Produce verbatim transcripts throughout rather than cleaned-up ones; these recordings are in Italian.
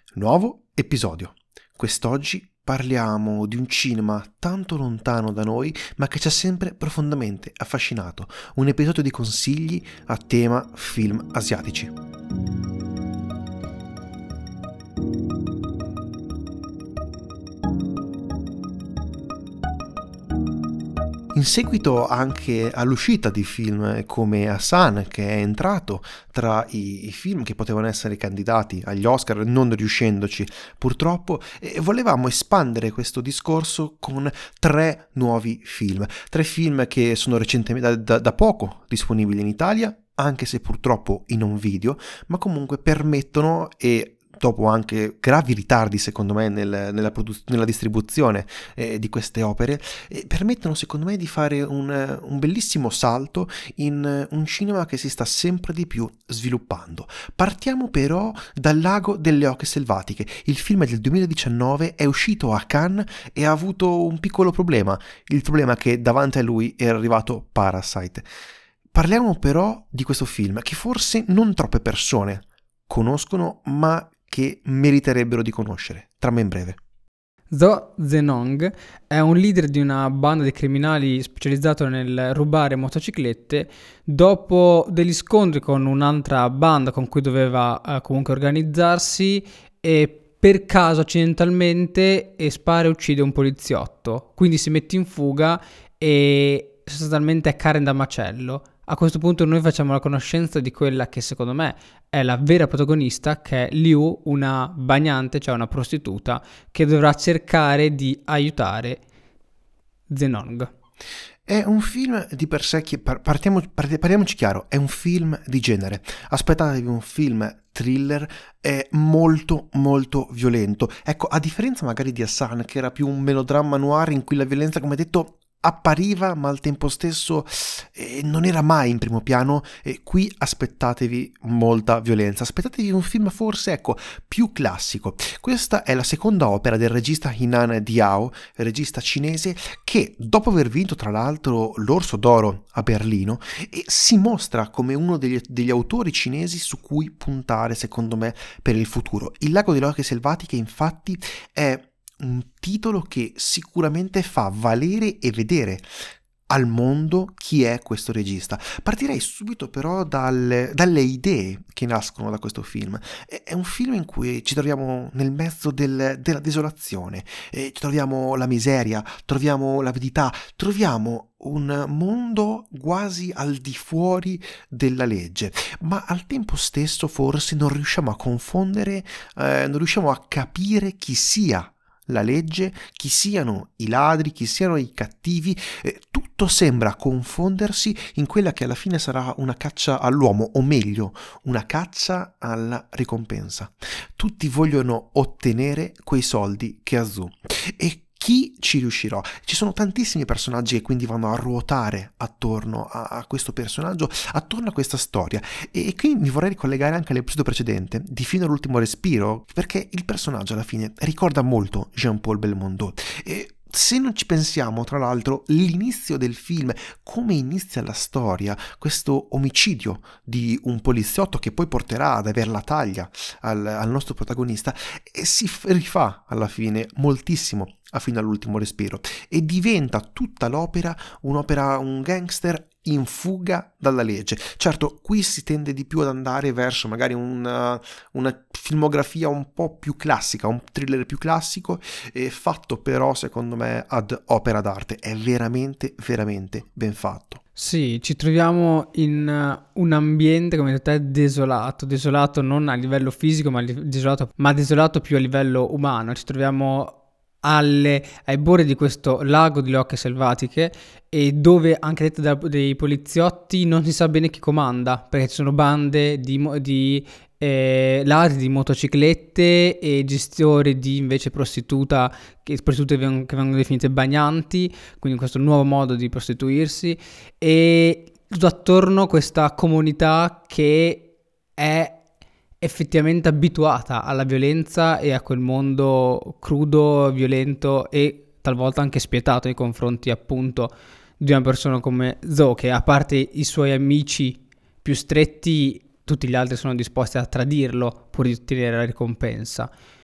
Nuovo episodio. Quest'oggi parliamo di un cinema tanto lontano da noi, ma che ci ha sempre profondamente affascinato. Un episodio di consigli a tema film asiatici. In seguito anche all'uscita di film come Hassan, che è entrato tra i, i film che potevano essere candidati agli Oscar, non riuscendoci purtroppo, e volevamo espandere questo discorso con tre nuovi film. Tre film che sono recentemente, da, da, da poco disponibili in Italia, anche se purtroppo in un video, ma comunque permettono e dopo anche gravi ritardi secondo me nel, nella, produ- nella distribuzione eh, di queste opere, eh, permettono secondo me di fare un, un bellissimo salto in un cinema che si sta sempre di più sviluppando. Partiamo però dal Lago delle Oche Selvatiche. Il film del duemiladiciannove è uscito a Cannes e ha avuto un piccolo problema, il problema che davanti a lui è arrivato Parasite. Parliamo però di questo film che forse non troppe persone conoscono, ma che meriterebbero di conoscere. Trama in breve. Zo Zenong è un leader di una banda di criminali specializzato nel rubare motociclette. Dopo degli scontri con un'altra banda con cui doveva eh, comunque organizzarsi, e per caso accidentalmente e spara e uccide un poliziotto, quindi si mette in fuga e sostanzialmente è carne da macello. A questo punto noi facciamo la conoscenza di quella che secondo me è la vera protagonista, che è Liu, una bagnante, cioè una prostituta, che dovrà cercare di aiutare Zenong. È un film di per sé che, partiamo, parliamoci chiaro, è un film di genere. Aspettatevi un film thriller, è molto molto violento. Ecco, a differenza magari di Hassan, che era più un melodramma noir in cui la violenza, come detto, appariva ma al tempo stesso eh, non era mai in primo piano, e qui aspettatevi molta violenza, aspettatevi un film forse ecco più classico. Questa è la seconda opera del regista Hinan Diao, regista cinese, che dopo aver vinto tra l'altro l'Orso d'Oro a Berlino e si mostra come uno degli, degli autori cinesi su cui puntare secondo me per il futuro. Il Lago delle Oche Selvatiche infatti è un titolo che sicuramente fa valere e vedere al mondo chi è questo regista. Partirei subito però dal, dalle idee che nascono da questo film. È, è un film in cui ci troviamo nel mezzo del, della desolazione, eh, troviamo la miseria, troviamo l'avidità, troviamo un mondo quasi al di fuori della legge, ma al tempo stesso forse non riusciamo a confondere, eh, non riusciamo a capire chi sia la legge, chi siano i ladri, chi siano i cattivi. Eh, tutto sembra confondersi in quella che alla fine sarà una caccia all'uomo, o meglio, una caccia alla ricompensa. Tutti vogliono ottenere quei soldi che ha Zhu. E chi ci riuscirà? Ci sono tantissimi personaggi che quindi vanno a ruotare attorno a, a questo personaggio, attorno a questa storia. E, e qui mi vorrei ricollegare anche all'episodio precedente di Fino all'ultimo respiro, perché il personaggio alla fine ricorda molto Jean-Paul Belmondo. E se non ci pensiamo, tra l'altro, l'inizio del film, come inizia la storia, questo omicidio di un poliziotto che poi porterà ad aver la taglia al, al nostro protagonista, e si rifà alla fine moltissimo a Fino all'ultimo respiro e diventa tutta l'opera un'opera, un gangster in fuga dalla legge. Certo, qui si tende di più ad andare verso magari una, una filmografia un po' più classica, un thriller più classico, eh, fatto però secondo me ad opera d'arte. È veramente veramente ben fatto. Sì, ci troviamo in uh, un ambiente, come detto te, desolato, desolato non a livello fisico, ma, li- desolato, ma desolato più a livello umano. Ci troviamo alle, ai bordi di questo lago delle oche selvatiche, e dove, anche detto da, dei poliziotti, non si sa bene chi comanda, perché ci sono bande di, di eh, ladri di motociclette e gestori di invece prostituta, che prostitute vengono, che vengono definite bagnanti, quindi questo nuovo modo di prostituirsi, e tutto attorno questa comunità che è effettivamente abituata alla violenza e a quel mondo crudo, violento e talvolta anche spietato nei confronti appunto di una persona come Zoe, che a parte i suoi amici più stretti, tutti gli altri sono disposti a tradirlo pur di ottenere la ricompensa.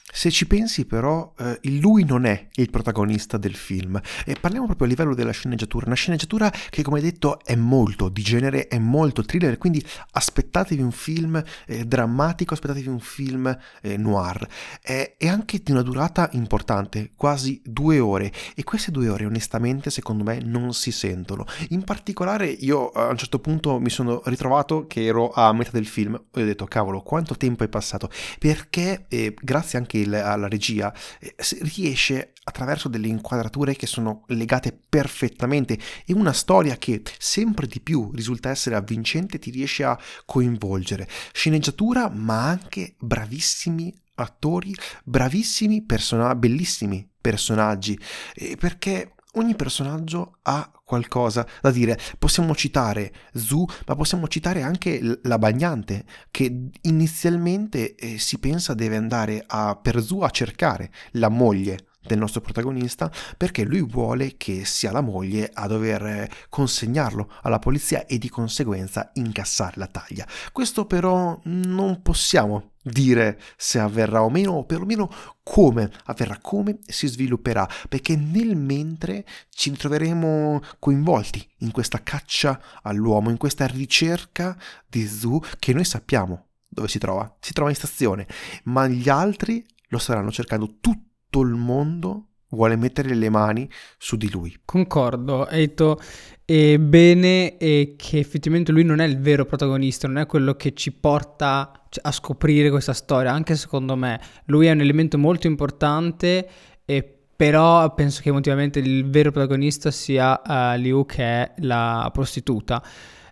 Se ci pensi però, eh, lui non è il protagonista del film e parliamo proprio a livello della sceneggiatura, una sceneggiatura che come detto è molto di genere, è molto thriller, quindi aspettatevi un film eh, drammatico, aspettatevi un film eh, noir. È, è anche di una durata importante, quasi due ore, e queste due ore onestamente secondo me non si sentono. In particolare io a un certo punto mi sono ritrovato che ero a metà del film e ho detto cavolo quanto tempo è passato, perché eh, grazie anche il- alla regia eh, si riesce attraverso delle inquadrature che sono legate perfettamente e una storia che sempre di più risulta essere avvincente, ti riesce a coinvolgere. Sceneggiatura ma anche bravissimi attori, bravissimi personaggi, bellissimi personaggi, eh, perché ogni personaggio ha qualcosa da dire. Possiamo citare Zu, ma possiamo citare anche l- la bagnante, che inizialmente eh, si pensa deve andare a, per Zu a cercare la moglie del nostro protagonista perché lui vuole che sia la moglie a dover eh, consegnarlo alla polizia e di conseguenza incassare la taglia. Questo però non possiamo dire se avverrà o meno, o perlomeno come avverrà, come si svilupperà, perché nel mentre ci ritroveremo coinvolti in questa caccia all'uomo, in questa ricerca di Zu che noi sappiamo dove si trova, si trova in stazione, ma gli altri lo staranno cercando, tutto il mondo vuole mettere le mani su di lui. Concordo, hai detto eh, bene e che effettivamente lui non è il vero protagonista, non è quello che ci porta a scoprire questa storia, anche secondo me. Lui è un elemento molto importante, e però penso che emotivamente il vero protagonista sia uh, Liu, che è la prostituta,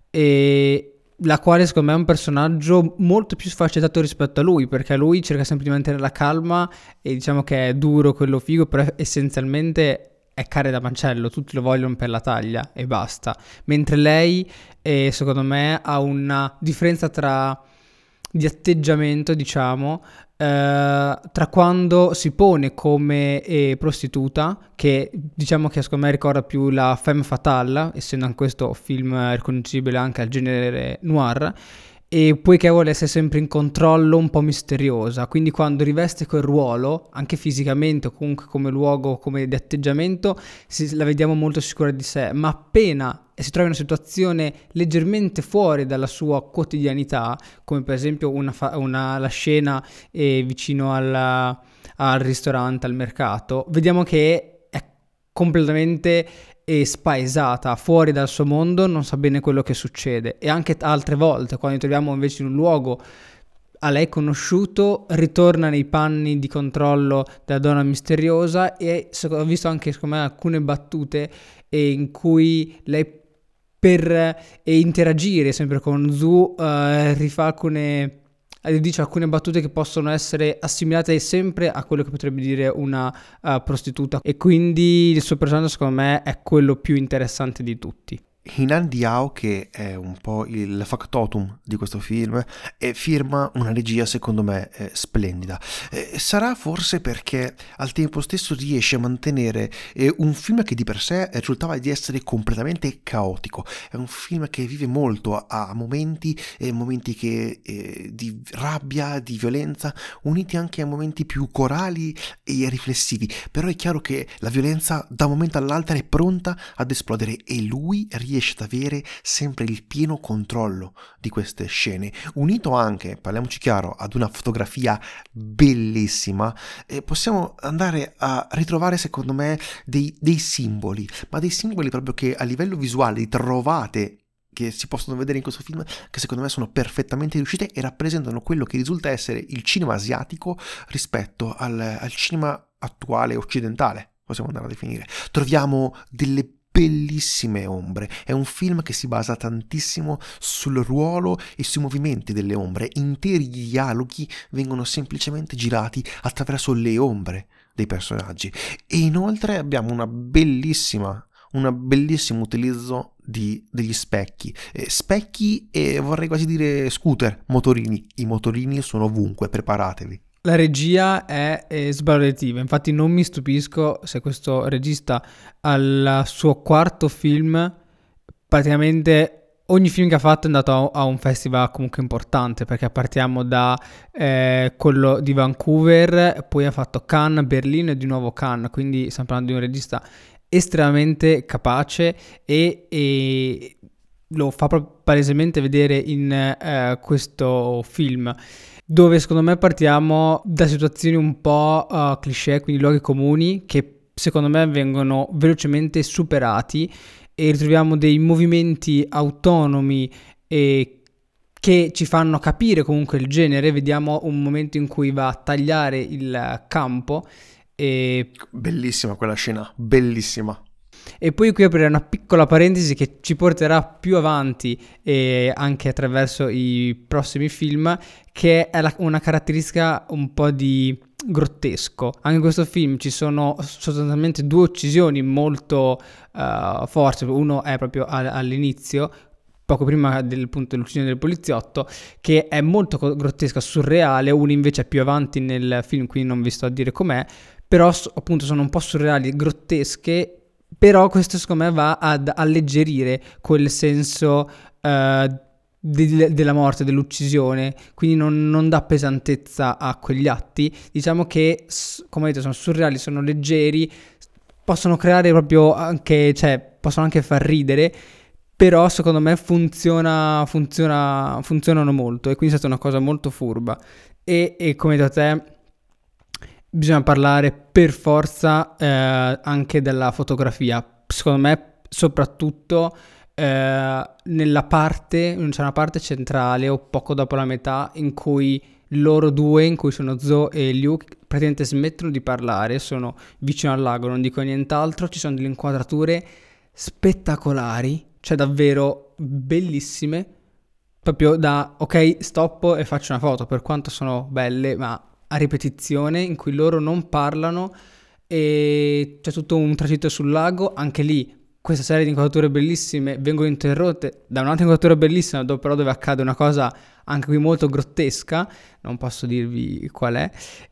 e la quale secondo me è un personaggio molto più sfaccettato rispetto a lui, perché lui cerca sempre di mantenere la calma e diciamo che è duro quello figo, però essenzialmente è carne da macello, tutti lo vogliono per la taglia e basta. Mentre lei, eh, secondo me, ha una differenza tra di atteggiamento, diciamo, eh, tra quando si pone come eh, prostituta, che diciamo che secondo me ricorda più la femme fatale, essendo anche questo film riconducibile anche al genere noir, e poiché vuole essere sempre in controllo, un po' misteriosa, quindi quando riveste quel ruolo, anche fisicamente o comunque come luogo, come di atteggiamento, si, la vediamo molto sicura di sé, ma appena si trova in una situazione leggermente fuori dalla sua quotidianità, come per esempio una fa- una, la scena eh, vicino alla, al ristorante, al mercato, vediamo che è completamente e spaesata, fuori dal suo mondo, non sa bene quello che succede. E anche altre volte, quando ci troviamo invece in un luogo a lei conosciuto, ritorna nei panni di controllo della donna misteriosa, e ho visto anche secondo me alcune battute eh, in cui lei per eh, interagire sempre con Zu eh, rifà alcune dice alcune battute che possono essere assimilate sempre a quello che potrebbe dire una uh, prostituta, e quindi il suo personaggio secondo me è quello più interessante di tutti. Hinan Diao, che è un po' il factotum di questo film, e firma una regia secondo me eh, splendida. Eh, sarà forse perché al tempo stesso riesce a mantenere eh, un film che di per sé risultava di essere completamente caotico. È un film che vive molto a, a momenti, eh, momenti che, eh, di rabbia, di violenza, uniti anche a momenti più corali e riflessivi. Però è chiaro che la violenza da un momento all'altro è pronta ad esplodere e lui riesce riesce ad avere sempre il pieno controllo di queste scene, unito anche, parliamoci chiaro, ad una fotografia bellissima. E possiamo andare a ritrovare secondo me dei, dei simboli, ma dei simboli proprio che a livello visuale trovate che si possono vedere in questo film, che secondo me sono perfettamente riuscite e rappresentano quello che risulta essere il cinema asiatico rispetto al, al cinema attuale occidentale, possiamo andare a definire. Troviamo delle bellissime ombre, è un film che si basa tantissimo sul ruolo e sui movimenti delle ombre, interi dialoghi vengono semplicemente girati attraverso le ombre dei personaggi e inoltre abbiamo una bellissima un bellissimo utilizzo di, degli specchi eh, specchi e vorrei quasi dire scooter, motorini, i motorini sono ovunque, preparatevi. La regia è, è sbalorditiva, infatti non mi stupisco se questo regista al suo quarto film praticamente ogni film che ha fatto è andato a, a un festival comunque importante, perché partiamo da eh, quello di Vancouver, poi ha fatto Cannes, Berlino e di nuovo Cannes, quindi stiamo parlando di un regista estremamente capace e, e lo fa proprio palesemente vedere in eh, questo film, dove secondo me partiamo da situazioni un po' uh, cliché, quindi luoghi comuni che secondo me vengono velocemente superati e ritroviamo dei movimenti autonomi e che ci fanno capire comunque il genere. Vediamo un momento in cui va a tagliare il campo e Bellissima quella scena, bellissima. E poi qui aprirei una piccola parentesi che ci porterà più avanti e anche attraverso i prossimi film, che è la, una caratteristica un po' di grottesco. Anche in questo film ci sono sostanzialmente due uccisioni molto uh, forti. Uno è proprio a, all'inizio, poco prima del punto dell'uccisione del poliziotto, che è molto grottesca, surreale. Uno invece è più avanti nel film, quindi non vi sto a dire com'è, però appunto sono un po' surreali, grottesche. Però questo secondo me va ad alleggerire quel senso uh, de- della morte, dell'uccisione, quindi non, non dà pesantezza a quegli atti. Diciamo che, come detto, sono surreali, sono leggeri, possono creare proprio anche, cioè possono anche far ridere, però secondo me funziona, funziona, funzionano molto, e quindi è stata una cosa molto furba. E, e come da te bisogna parlare per forza eh, anche della fotografia. Secondo me soprattutto eh, nella parte, c'è una parte centrale o poco dopo la metà in cui loro due, in cui sono Zoe e Liu, praticamente smettono di parlare, sono vicino al lago, non dico nient'altro, ci sono delle inquadrature spettacolari, cioè davvero bellissime, proprio da ok, stoppo e faccio una foto, per quanto sono belle, ma a ripetizione, in cui loro non parlano e c'è tutto un tragitto sul lago. Anche lì questa serie di inquadrature bellissime vengono interrotte da un'altra inquadratura bellissima, dove però dove accade una cosa anche qui molto grottesca, non posso dirvi qual è,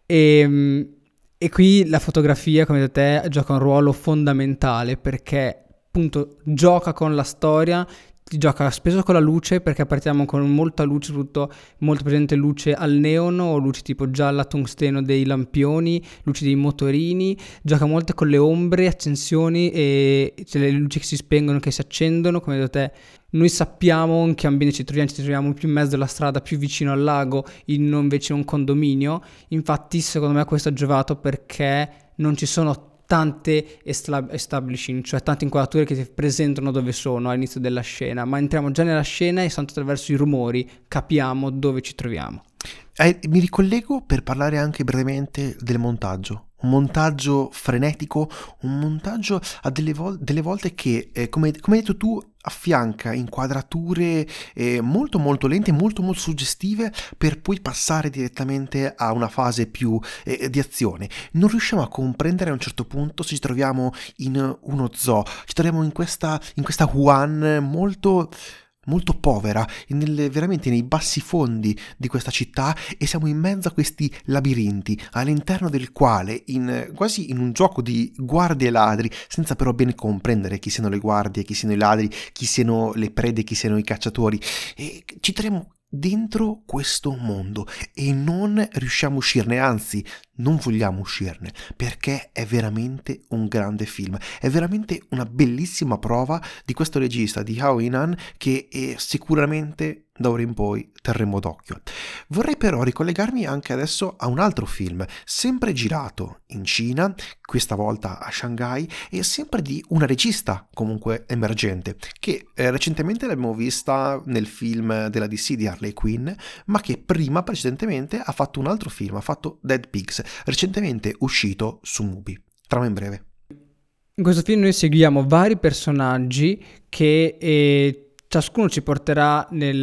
e, e qui la fotografia, come detto te, gioca un ruolo fondamentale, perché appunto gioca con la storia, ti gioca spesso con la luce, perché partiamo con molta luce, tutto molto presente, luce al neon o luci tipo gialla tungsteno dei lampioni, luci dei motorini, gioca molto con le ombre, accensioni e cioè le luci che si spengono, che si accendono. Come detto te, noi sappiamo in che ambiente ci troviamo, ci troviamo più in mezzo alla strada, più vicino al lago, in invece un condominio. Infatti secondo me questo ha giovato, perché non ci sono tante estab- establishing, cioè tante inquadrature che ti presentano dove sono all'inizio della scena, ma entriamo già nella scena e soltanto attraverso i rumori capiamo dove ci troviamo. Eh, mi ricollego per parlare anche brevemente del montaggio. Un montaggio frenetico, un montaggio a delle, vol- delle volte che, eh, come, come hai detto tu, affianca inquadrature eh, molto molto lente, molto molto suggestive, per poi passare direttamente a una fase più eh, di azione. Non riusciamo a comprendere a un certo punto se ci troviamo in uno zoo, ci troviamo in questa, in questa Wuhan molto... molto povera, nel, veramente nei bassi fondi di questa città, e siamo in mezzo a questi labirinti, all'interno del quale, in, quasi in un gioco di guardie e ladri, senza però bene comprendere chi siano le guardie, chi siano i ladri, chi siano le prede, chi siano i cacciatori, e ci troviamo dentro questo mondo e non riusciamo a uscirne, anzi non vogliamo uscirne, perché è veramente un grande film, è veramente una bellissima prova di questo regista, di Hao Yinan, che è sicuramente da ora in poi terremo d'occhio. Vorrei però ricollegarmi anche adesso a un altro film, sempre girato in Cina, questa volta a Shanghai, e sempre di una regista comunque emergente, che eh, recentemente l'abbiamo vista nel film della D C di Harley Quinn, ma che prima, precedentemente, ha fatto un altro film, ha fatto Dead Pigs, recentemente uscito su Mubi. Trama in breve. In questo film noi seguiamo vari personaggi che eh, ciascuno ci porterà nel,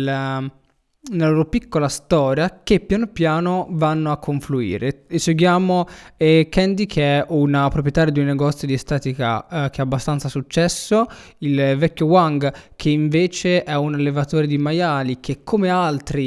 nella loro piccola storia, che piano piano vanno a confluire. E seguiamo eh, Candy, che è una proprietaria di un negozio di estetica eh, che ha abbastanza successo, il vecchio Wang, che invece è un allevatore di maiali che, come altri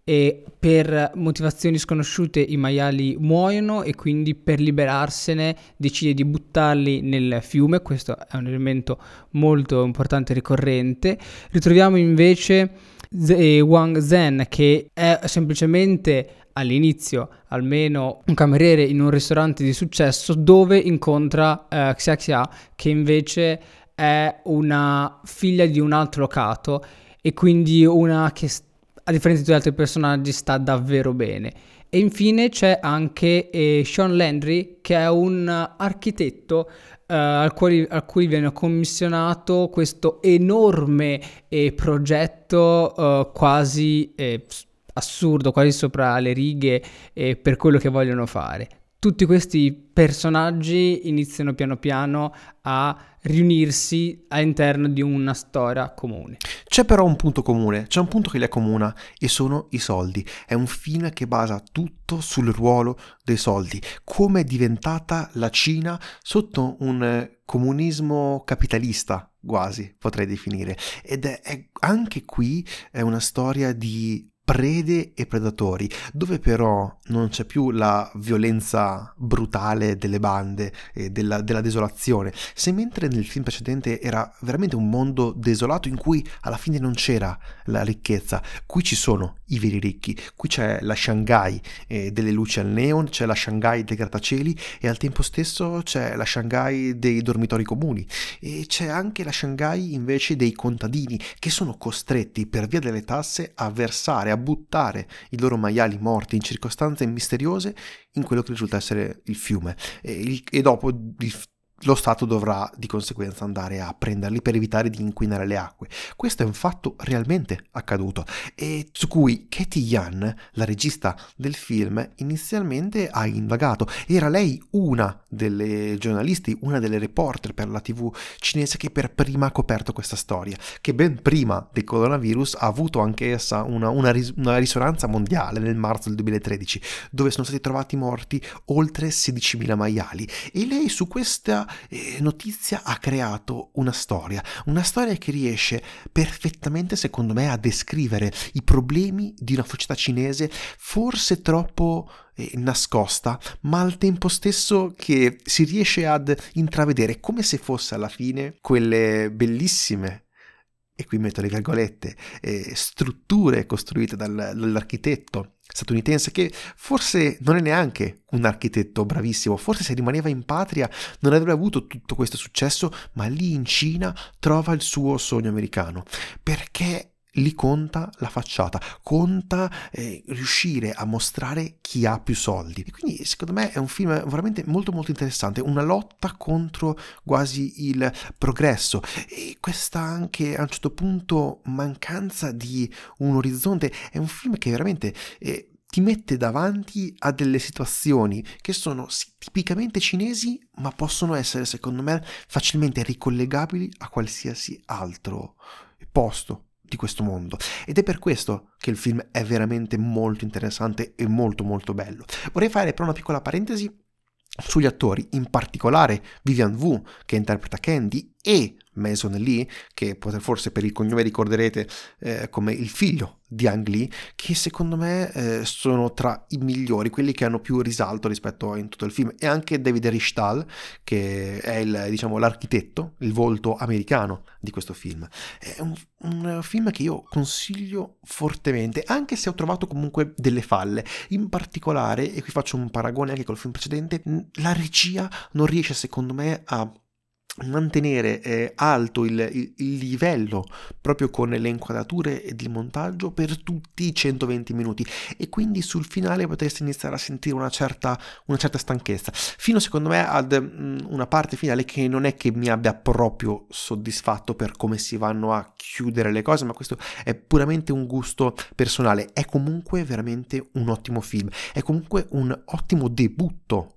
e per motivazioni sconosciute i maiali muoiono e quindi per liberarsene decide di buttarli nel fiume. Questo è un elemento molto importante e ricorrente. Ritroviamo invece Z- Wang Zhen, che è semplicemente all'inizio almeno un cameriere in un ristorante di successo, dove incontra uh, Xia Xia, che invece è una figlia di un altro locato e quindi una che, a differenza di tutti gli altri personaggi, sta davvero bene. E infine c'è anche eh, Sean Landry, che è un architetto eh, al cui, a cui viene commissionato questo enorme eh, progetto eh, quasi eh, assurdo, quasi sopra le righe eh, per quello che vogliono fare. Tutti questi personaggi iniziano piano piano a riunirsi all'interno di una storia comune. C'è però un punto comune, c'è un punto che li accomuna e sono i soldi. È un film che basa tutto sul ruolo dei soldi, come è diventata la Cina sotto un comunismo capitalista, quasi potrei definire. Ed è, è anche qui è una storia di prede e predatori, dove però non c'è più la violenza brutale delle bande e della, della desolazione. Se mentre nel film precedente era veramente un mondo desolato in cui alla fine non c'era la ricchezza, qui ci sono i veri ricchi, qui c'è la Shanghai eh, delle luci al neon, c'è la Shanghai dei grattacieli e al tempo stesso c'è la Shanghai dei dormitori comuni e c'è anche la Shanghai invece dei contadini che sono costretti per via delle tasse a versare, a buttare i loro maiali morti in circostanze misteriose in quello che risulta essere il fiume e, il, e dopo il, lo Stato dovrà di conseguenza andare a prenderli per evitare di inquinare le acque. Questo è un fatto realmente accaduto e su cui Cathy Yan, la regista del film, inizialmente ha indagato. Era lei una delle giornalisti, una delle reporter per la tivù cinese che per prima ha coperto questa storia, che ben prima del coronavirus ha avuto anche essa una, una, ris- una risonanza mondiale nel marzo del duemilatredici, dove sono stati trovati morti oltre sedicimila maiali e lei su questa eh, notizia ha creato una storia, una storia che riesce perfettamente secondo me a descrivere i problemi di una società cinese forse troppo eh, nascosta, ma al tempo stesso che si riesce ad intravedere come se fosse alla fine quelle bellissime, e qui metto le virgolette, eh, strutture costruite dal, dall'architetto statunitense che forse non è neanche un architetto bravissimo, forse se rimaneva in patria non avrebbe avuto tutto questo successo, ma lì in Cina trova il suo sogno americano, perché lì conta la facciata, conta eh, riuscire a mostrare chi ha più soldi. E quindi secondo me è un film veramente molto molto interessante, una lotta contro quasi il progresso e questa anche a un certo punto mancanza di un orizzonte. È un film che veramente eh, ti mette davanti a delle situazioni che sono sì, tipicamente cinesi, ma possono essere secondo me facilmente ricollegabili a qualsiasi altro posto di questo mondo, ed è per questo che il film è veramente molto interessante e molto molto bello. Vorrei fare però una piccola parentesi sugli attori, in particolare Vivian Wu che interpreta Candy e Mason Lee, che forse per il cognome ricorderete eh, come il figlio di Ang Lee, che secondo me eh, sono tra i migliori, quelli che hanno più risalto rispetto a in tutto il film, e anche David Richtal, che è il, diciamo, l'architetto, il volto americano di questo film. È un, un film che io consiglio fortemente, anche se ho trovato comunque delle falle, in particolare, e qui faccio un paragone anche col film precedente, la regia non riesce secondo me a mantenere eh, alto il, il, il livello proprio con le inquadrature ed il montaggio per tutti i centoventi minuti, e quindi sul finale potreste iniziare a sentire una certa, una certa stanchezza, fino secondo me ad mh, una parte finale che non è che mi abbia proprio soddisfatto per come si vanno a chiudere le cose, ma questo è puramente un gusto personale. È comunque veramente un ottimo film, è comunque un ottimo debutto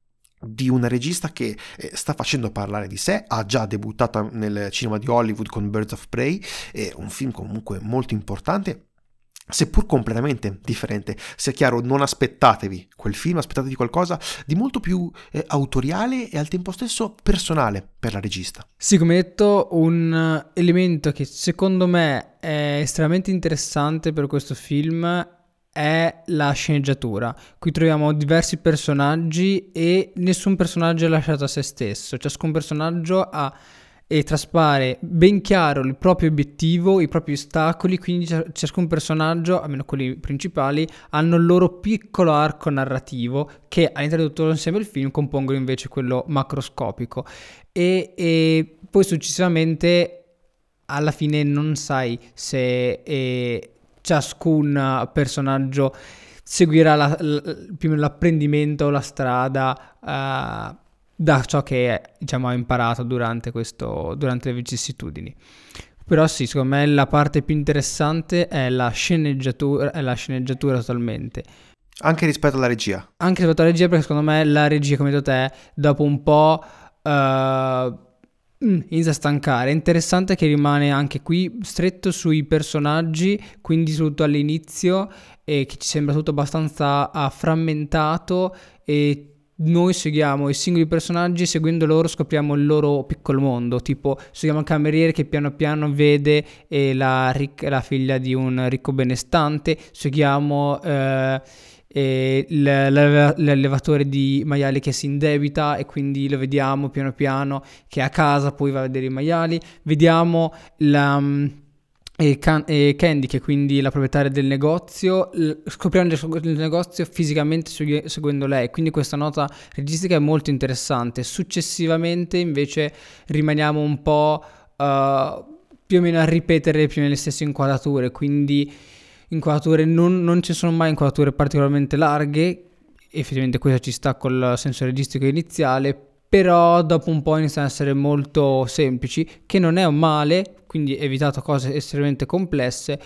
di una regista che eh, sta facendo parlare di sé, ha già debuttato nel cinema di Hollywood con Birds of Prey, è un film comunque molto importante, seppur completamente differente. Sia chiaro, non aspettatevi quel film, aspettatevi qualcosa di molto più eh, autoriale e al tempo stesso personale per la regista. Sì, come detto, un elemento che secondo me è estremamente interessante per questo film è la sceneggiatura. Qui troviamo diversi personaggi e nessun personaggio è lasciato a se stesso. Ciascun personaggio ha e traspare ben chiaro il proprio obiettivo, i propri ostacoli, quindi ciascun personaggio, almeno quelli principali, hanno il loro piccolo arco narrativo che all'interno di tutto l'insieme del film compongono invece quello macroscopico e, e poi successivamente alla fine non sai se eh, ciascun personaggio seguirà la, la, più o meno l'apprendimento, la strada uh, da ciò che diciamo ha imparato durante questo durante le vicissitudini. Però sì, secondo me la parte più interessante è la sceneggiatura, è la sceneggiatura totalmente. Anche rispetto alla regia. Anche rispetto alla regia, perché secondo me la regia, come hai detto te, dopo un po' uh, inizia a stancare. È interessante che rimane anche qui stretto sui personaggi, quindi soprattutto all'inizio, e che ci sembra tutto abbastanza uh, frammentato e noi seguiamo i singoli personaggi, seguendo loro scopriamo il loro piccolo mondo, tipo seguiamo il cameriere che piano piano vede eh, la, ric- la figlia di un ricco benestante, seguiamo eh, eh, l- l- l'allevatore di maiali che si indebita e quindi lo vediamo piano piano che a casa poi va a vedere i maiali, vediamo la... E, Can- e Candy, che è quindi la proprietaria del negozio, l- scopriamo il negozio fisicamente su- seguendo lei, quindi questa nota registica è molto interessante. Successivamente invece rimaniamo un po' uh, più o meno a ripetere più o meno le stesse inquadrature, quindi inquadrature non, non ci sono mai inquadrature particolarmente larghe, effettivamente questo ci sta col senso registico iniziale, però dopo un po' iniziano ad essere molto semplici, che non è un male, quindi evitato cose estremamente complesse,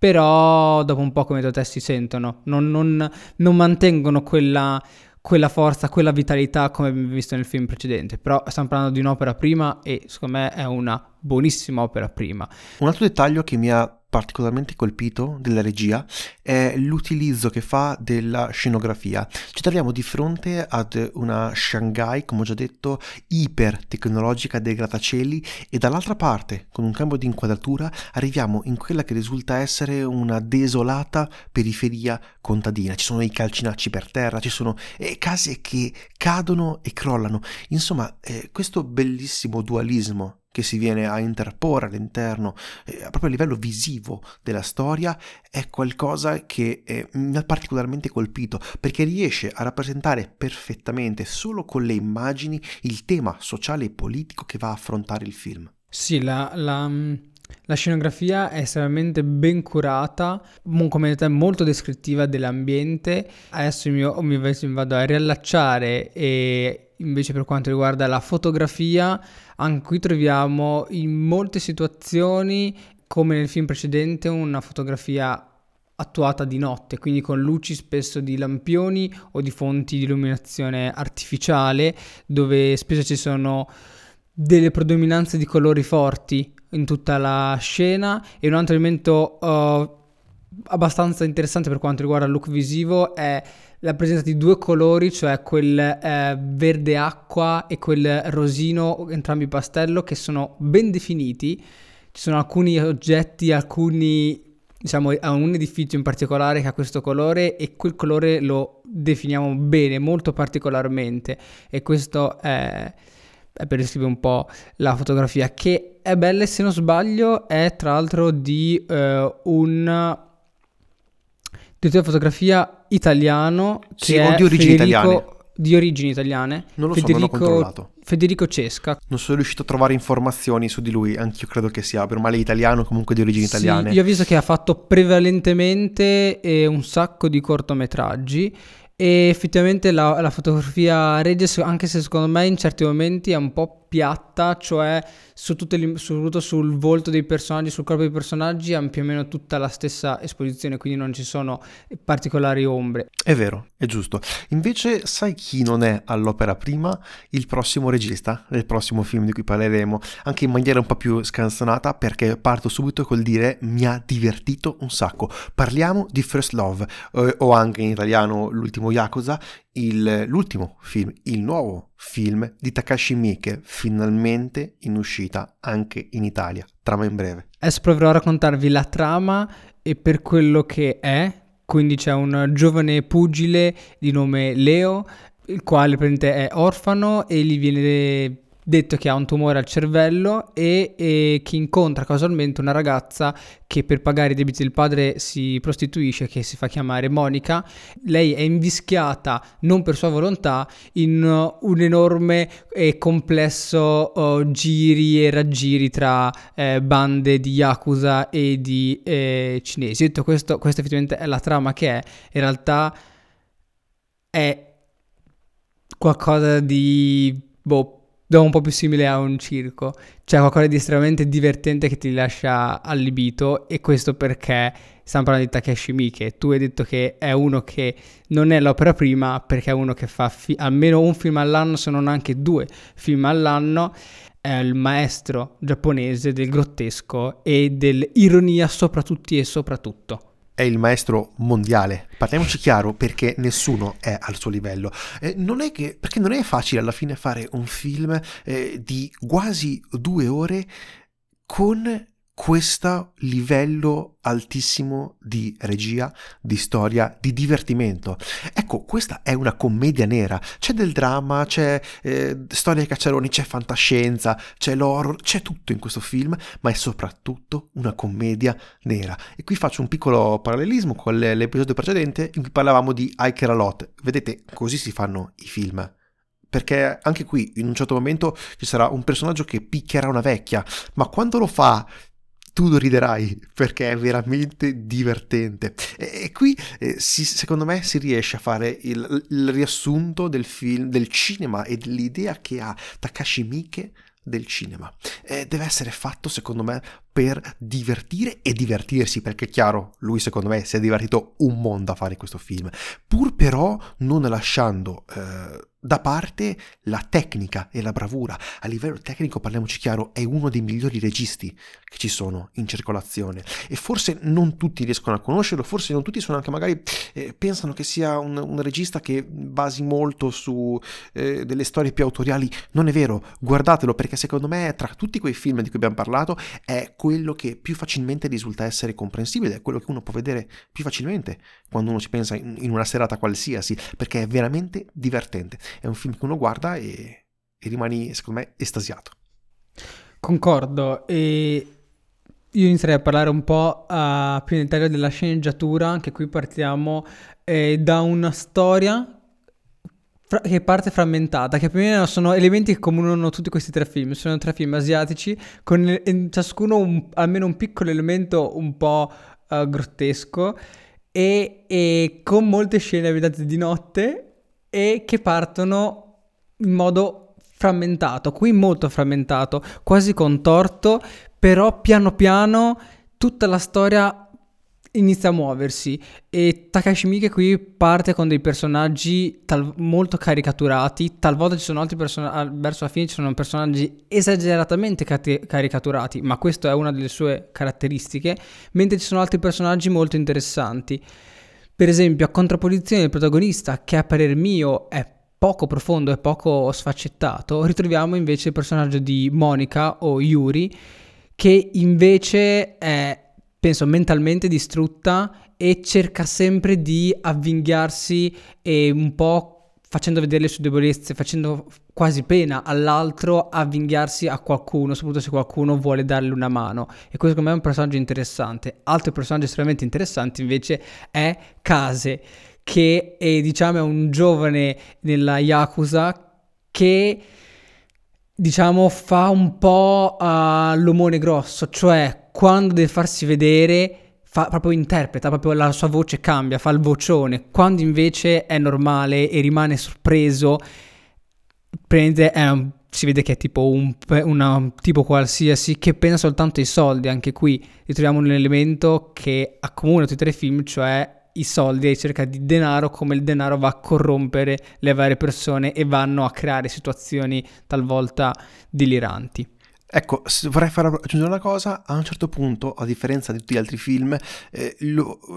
però dopo un po', come detto te, si sentono, non, non, non mantengono quella, quella forza, quella vitalità come abbiamo visto nel film precedente, però stiamo parlando di un'opera prima e secondo me è una buonissima opera prima. Un altro dettaglio che mi ha particolarmente colpito della regia è l'utilizzo che fa della scenografia. Ci troviamo di fronte ad una Shanghai, come ho già detto, iper tecnologica dei grattacieli, e dall'altra parte, con un cambio di inquadratura, arriviamo in quella che risulta essere una desolata periferia contadina. Ci sono i calcinacci per terra, ci sono eh, case che cadono e crollano. Insomma, eh, questo bellissimo dualismo che si viene a interporre all'interno, eh, proprio a livello visivo della storia, è qualcosa che eh, mi ha particolarmente colpito, perché riesce a rappresentare perfettamente, solo con le immagini, il tema sociale e politico che va a affrontare il film. Sì, la, la, la scenografia è estremamente ben curata, come detto, è molto descrittiva dell'ambiente. Adesso mi, mi vado a riallacciare e invece per quanto riguarda la fotografia, anche qui troviamo in molte situazioni, come nel film precedente, una fotografia attuata di notte, quindi con luci spesso di lampioni o di fonti di illuminazione artificiale, dove spesso ci sono delle predominanze di colori forti in tutta la scena. E un altro elemento uh, abbastanza interessante per quanto riguarda il look visivo è la presenza di due colori, cioè quel eh, verde acqua e quel rosino, entrambi pastello, che sono ben definiti. Ci sono alcuni oggetti, alcuni, diciamo, un edificio in particolare che ha questo colore e quel colore lo definiamo bene, molto particolarmente, e questo è, è per descrivere un po' la fotografia, che è bella, e se non sbaglio è tra l'altro di eh, un direttore di fotografia italiano, che sì, è o di origini Federico, italiane. Di origini italiane. Non lo Federico, so, non ho controllato. Federico Cesca. Non sono riuscito a trovare informazioni su di lui, anch'io credo che sia per male italiano, comunque di origini Sì, italiane. io ho visto che ha fatto prevalentemente eh, un sacco di cortometraggi, e effettivamente la, la fotografia regia, anche se secondo me in certi momenti è un po' piatta, cioè su tutte le, soprattutto sul volto dei personaggi, sul corpo dei personaggi hanno più o meno tutta la stessa esposizione, quindi non ci sono particolari ombre. È vero, è giusto. Invece sai chi non è all'opera prima? Il prossimo regista del prossimo film di cui parleremo, anche in maniera un po' più scanzonata, perché parto subito col dire mi ha divertito un sacco. Parliamo di First Love, eh, o anche in italiano L'ultimo Yakuza, il, l'ultimo film, il nuovo film di Takashi Miike, finalmente in uscita anche in Italia. Trama in breve. Adesso proverò a raccontarvi la trama e per quello che è, quindi c'è un giovane pugile di nome Leo, il quale praticamente è orfano e gli viene detto che ha un tumore al cervello e, e che incontra casualmente una ragazza che per pagare i debiti del padre si prostituisce, che si fa chiamare Monica. Lei è invischiata, non per sua volontà, in uh, un enorme e complesso uh, giri e raggiri tra eh, bande di Yakuza e di eh, cinesi. Detto questo, questa effettivamente è la trama che è. In realtà è qualcosa di... boh, un po' più simile a un circo, cioè qualcosa di estremamente divertente che ti lascia allibito, e questo perché stiamo parlando di Takashi Miike. Tu hai detto che è uno che non è l'opera prima, perché è uno che fa fi- almeno un film all'anno, se non anche due film all'anno, è il maestro giapponese del grottesco e dell'ironia sopra tutti e soprattutto. È il maestro mondiale, parliamoci chiaro, perché nessuno è al suo livello. Eh, non è che, perché non è facile alla fine fare un film eh, di quasi due ore con questo livello altissimo di regia, di storia, di divertimento. Ecco, questa è una commedia nera. C'è del dramma, c'è eh, storia ai cacciaroni, c'è fantascienza, c'è l'horror, c'è tutto in questo film, ma è soprattutto una commedia nera. E qui faccio un piccolo parallelismo con l'episodio precedente in cui parlavamo di Iker Alot. Vedete, così si fanno i film. Perché anche qui in un certo momento ci sarà un personaggio che picchierà una vecchia, ma quando lo fa tu lo riderai, perché è veramente divertente. E, e qui eh, si, secondo me si riesce a fare il, il riassunto del film, del cinema e dell'idea che ha Takashi Miike del cinema. Eh, deve essere fatto secondo me per divertire e divertirsi, perché è chiaro, lui secondo me si è divertito un mondo a fare questo film, pur però non lasciando eh, da parte la tecnica e la bravura. A livello tecnico, parliamoci chiaro, è uno dei migliori registi che ci sono in circolazione, e forse non tutti riescono a conoscerlo, forse non tutti sono anche magari eh, pensano che sia un, un regista che basi molto su eh, delle storie più autoriali. Non è vero, guardatelo, perché secondo me tra tutti quei film di cui abbiamo parlato è quello che più facilmente risulta essere comprensibile, è quello che uno può vedere più facilmente quando uno ci pensa in, in una serata qualsiasi, perché è veramente divertente. È un film che uno guarda e, e rimani, secondo me, estasiato. Concordo, e io inizierei a parlare un po' uh, più in dettaglio della sceneggiatura. Anche qui partiamo eh, da una storia fra- che parte frammentata, che più o meno sono elementi che accomunano tutti questi tre film. Sono tre film asiatici con in ciascuno un, almeno un piccolo elemento un po' uh, grottesco e, e con molte scene ambientate di notte e che partono in modo frammentato, qui molto frammentato, quasi contorto, però piano piano tutta la storia inizia a muoversi, e Takashi Miike qui parte con dei personaggi tal- molto caricaturati. Talvolta ci sono altri personaggi, verso la fine ci sono personaggi esageratamente cate- caricaturati, ma questa è una delle sue caratteristiche, mentre ci sono altri personaggi molto interessanti. Per esempio, a contrapposizione del protagonista, che a parer mio è poco profondo e poco sfaccettato, ritroviamo invece il personaggio di Monica o Yuri, che invece è, penso, mentalmente distrutta e cerca sempre di avvinghiarsi, e un po' facendo vedere le sue debolezze, facendo quasi pena all'altro, avvinghiarsi a qualcuno, soprattutto se qualcuno vuole darle una mano. E questo secondo me è un personaggio interessante. Altro personaggio estremamente interessante invece è Kase, che è, diciamo, è un giovane nella Yakuza che, diciamo, fa un po' uh, l'omone grosso, cioè quando deve farsi vedere fa proprio interpreta, proprio la sua voce cambia, fa il vocione, quando invece è normale e rimane sorpreso, prende, è un, si vede che è tipo un, una, un tipo qualsiasi che pensa soltanto ai soldi. Anche qui ritroviamo un elemento che accomuna tutti e tre i film, cioè i soldi, e ricerca di denaro, come il denaro va a corrompere le varie persone e vanno a creare situazioni talvolta deliranti. Ecco, vorrei far aggiungere una cosa. A un certo punto, a differenza di tutti gli altri film, eh, lo,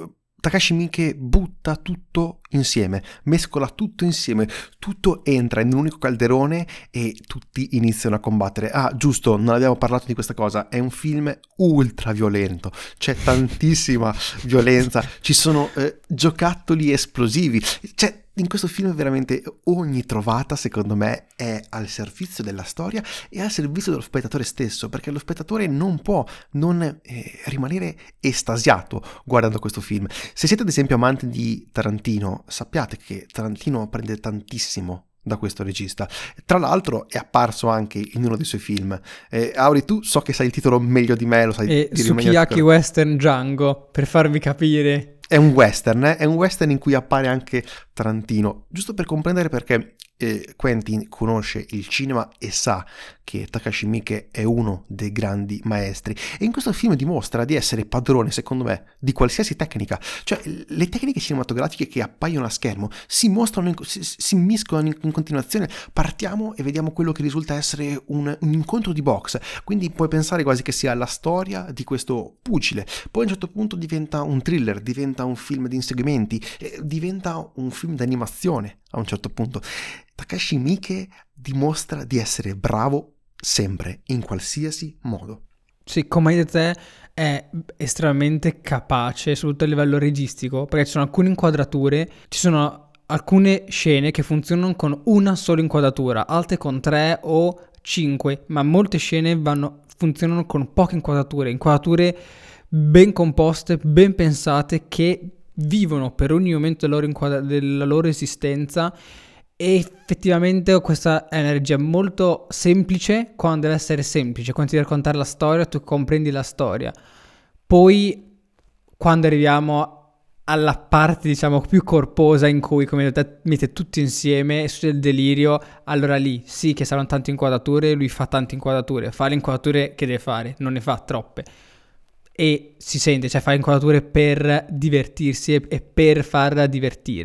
Takashi Miike butta tutto insieme, mescola tutto insieme, tutto entra in un unico calderone e tutti iniziano a combattere. Ah, giusto, non abbiamo parlato di questa cosa, è un film ultra violento, c'è tantissima violenza, ci sono eh, giocattoli esplosivi, c'è in questo film veramente ogni trovata, secondo me, è al servizio della storia e al servizio dello spettatore stesso, perché lo spettatore non può non eh, rimanere estasiato guardando questo film. Se siete ad esempio amanti di Tarantino, sappiate che Tarantino prende tantissimo da questo regista. Tra l'altro è apparso anche in uno dei suoi film. Eh, Auri, tu so che sai il titolo meglio di me, lo sai e dire meglio. Sukiyaki Western Django, per farvi capire. È un western, eh? È un western in cui appare anche Tarantino, giusto per comprendere perché eh, Quentin conosce il cinema e sa che Takashi Miike è uno dei grandi maestri e in questo film dimostra di essere padrone, secondo me, di qualsiasi tecnica. Cioè le tecniche cinematografiche che appaiono a schermo si mostrano, in, si, si miscolano in, in continuazione. Partiamo e vediamo quello che risulta essere un, un incontro di box, quindi puoi pensare quasi che sia la storia di questo pugile, poi a un certo punto diventa un thriller, diventa un film di inseguimenti, eh, diventa un film d'animazione a un certo punto. Takashi Miike dimostra di essere bravo sempre, in qualsiasi modo. Sì, come hai detto te, è estremamente capace, soprattutto a livello registico, perché ci sono alcune inquadrature, ci sono alcune scene che funzionano con una sola inquadratura, altre con tre o cinque, ma molte scene vanno, funzionano con poche inquadrature, inquadrature ben composte, ben pensate, che vivono per ogni momento della loro, inquadra- della loro esistenza. E effettivamente questa è una regia molto semplice quando deve essere semplice, quando ti devi raccontare la storia, tu comprendi la storia. Poi quando arriviamo alla parte, diciamo, più corposa in cui, come detto, mette tutto insieme e succede il delirio, allora lì sì che saranno tante inquadrature, lui fa tante inquadrature, fa le inquadrature che deve fare, non ne fa troppe. E si sente, cioè fa inquadrature per divertirsi e, e per far divertire.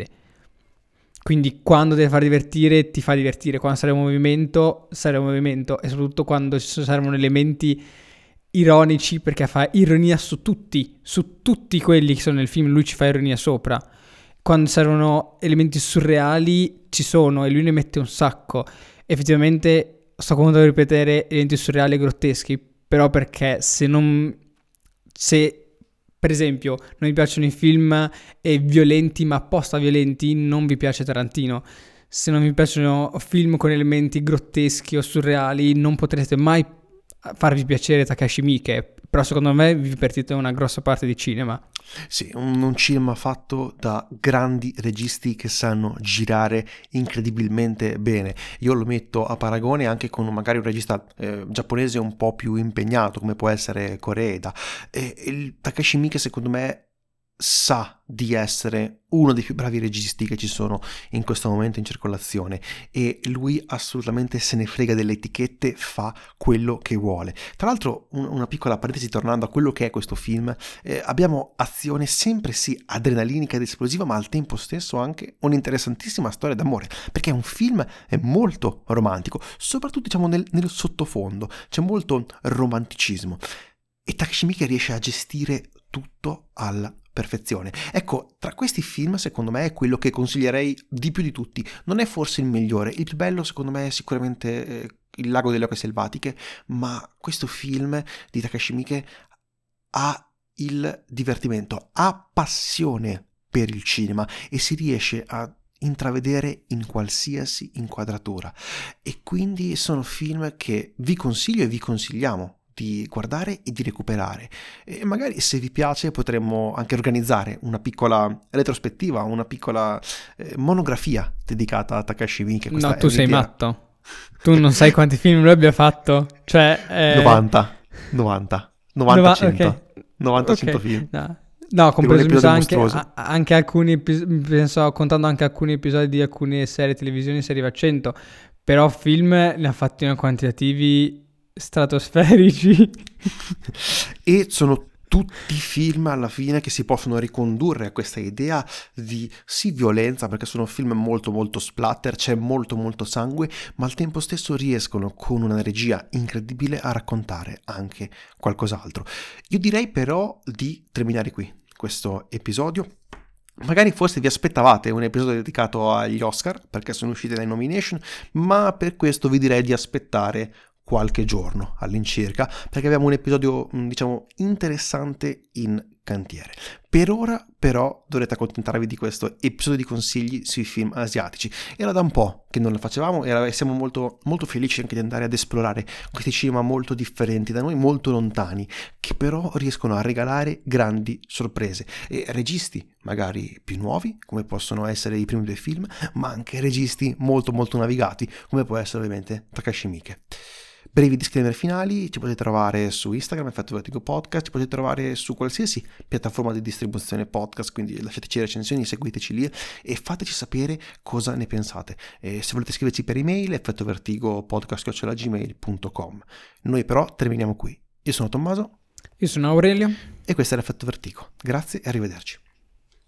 Quindi quando deve far divertire, ti fa divertire. Quando serve un movimento, serve un movimento. E soprattutto quando ci servono elementi ironici, perché fa ironia su tutti, su tutti quelli che sono nel film, lui ci fa ironia sopra. Quando servono elementi surreali, ci sono, e lui ne mette un sacco. Effettivamente, sto comunque a ripetere, elementi surreali e grotteschi, però perché se non... se... Per esempio, non vi piacciono i film eh, violenti ma apposta violenti, non vi piace Tarantino. Se non vi piacciono film con elementi grotteschi o surreali, non potrete mai farvi piacere Takashi Miike. Però secondo me vi perdete una grossa parte di cinema. Sì, un, un cinema fatto da grandi registi che sanno girare incredibilmente bene. Io lo metto a paragone anche con magari un regista eh, giapponese un po' più impegnato, come può essere Koreeda. E il Takashi Miike, secondo me, sa di essere uno dei più bravi registi che ci sono in questo momento in circolazione e lui assolutamente se ne frega delle etichette, fa quello che vuole. Tra l'altro, un, una piccola parentesi tornando a quello che è questo film, eh, abbiamo azione sempre sì adrenalinica ed esplosiva, ma al tempo stesso anche un'interessantissima storia d'amore, perché è un film è molto romantico, soprattutto diciamo nel, nel sottofondo c'è molto romanticismo e Takashi Miike riesce a gestire tutto alla perfezione. Ecco, tra questi film secondo me è quello che consiglierei di più di tutti. Non è forse il migliore, il più bello secondo me è sicuramente eh, Il lago delle acque selvatiche, ma questo film di Takashi Miike ha il divertimento, ha passione per il cinema e si riesce a intravedere in qualsiasi inquadratura e quindi sono film che vi consiglio e vi consigliamo di guardare e di recuperare e magari se vi piace potremmo anche organizzare una piccola retrospettiva, una piccola eh, monografia dedicata a Takashi Miike. No, tu sei matto, tu non sai quanti film lui abbia fatto, cioè eh... novanta novanta novanta cento okay. novanta okay. cento film. No. No, compreso anche, anche alcuni episodi, penso, contando anche alcuni episodi di alcune serie televisioni si arriva a cento, però film ne ha fatti in quantitativi stratosferici. E sono tutti film alla fine che si possono ricondurre a questa idea di sì violenza, perché sono film molto molto splatter, c'è molto molto sangue, ma al tempo stesso riescono con una regia incredibile a raccontare anche qualcos'altro. Io direi però di terminare qui questo episodio. Magari forse vi aspettavate un episodio dedicato agli Oscar, perché sono uscite le nomination, ma per questo vi direi di aspettare qualche giorno all'incirca, perché abbiamo un episodio, diciamo, interessante in cantiere. Per ora, però, dovrete accontentarvi di questo episodio di consigli sui film asiatici. Era da un po' che non lo facevamo e siamo molto, molto felici anche di andare ad esplorare questi cinema molto differenti da noi, molto lontani, che però riescono a regalare grandi sorprese. E registi magari più nuovi, come possono essere i primi due film, ma anche registi molto molto navigati, come può essere ovviamente Takashi Miike. Brevi disclaimer finali, ci potete trovare su Instagram, Effetto Vertigo Podcast, ci potete trovare su qualsiasi piattaforma di distribuzione podcast, quindi lasciateci recensioni, seguiteci lì e fateci sapere cosa ne pensate. E se volete scriverci per email, effettovertigopodcast chiocciola gmail punto com. Noi però terminiamo qui. Io sono Tommaso. Io sono Aurelio. E questo è l'Effetto Vertigo. Grazie e arrivederci.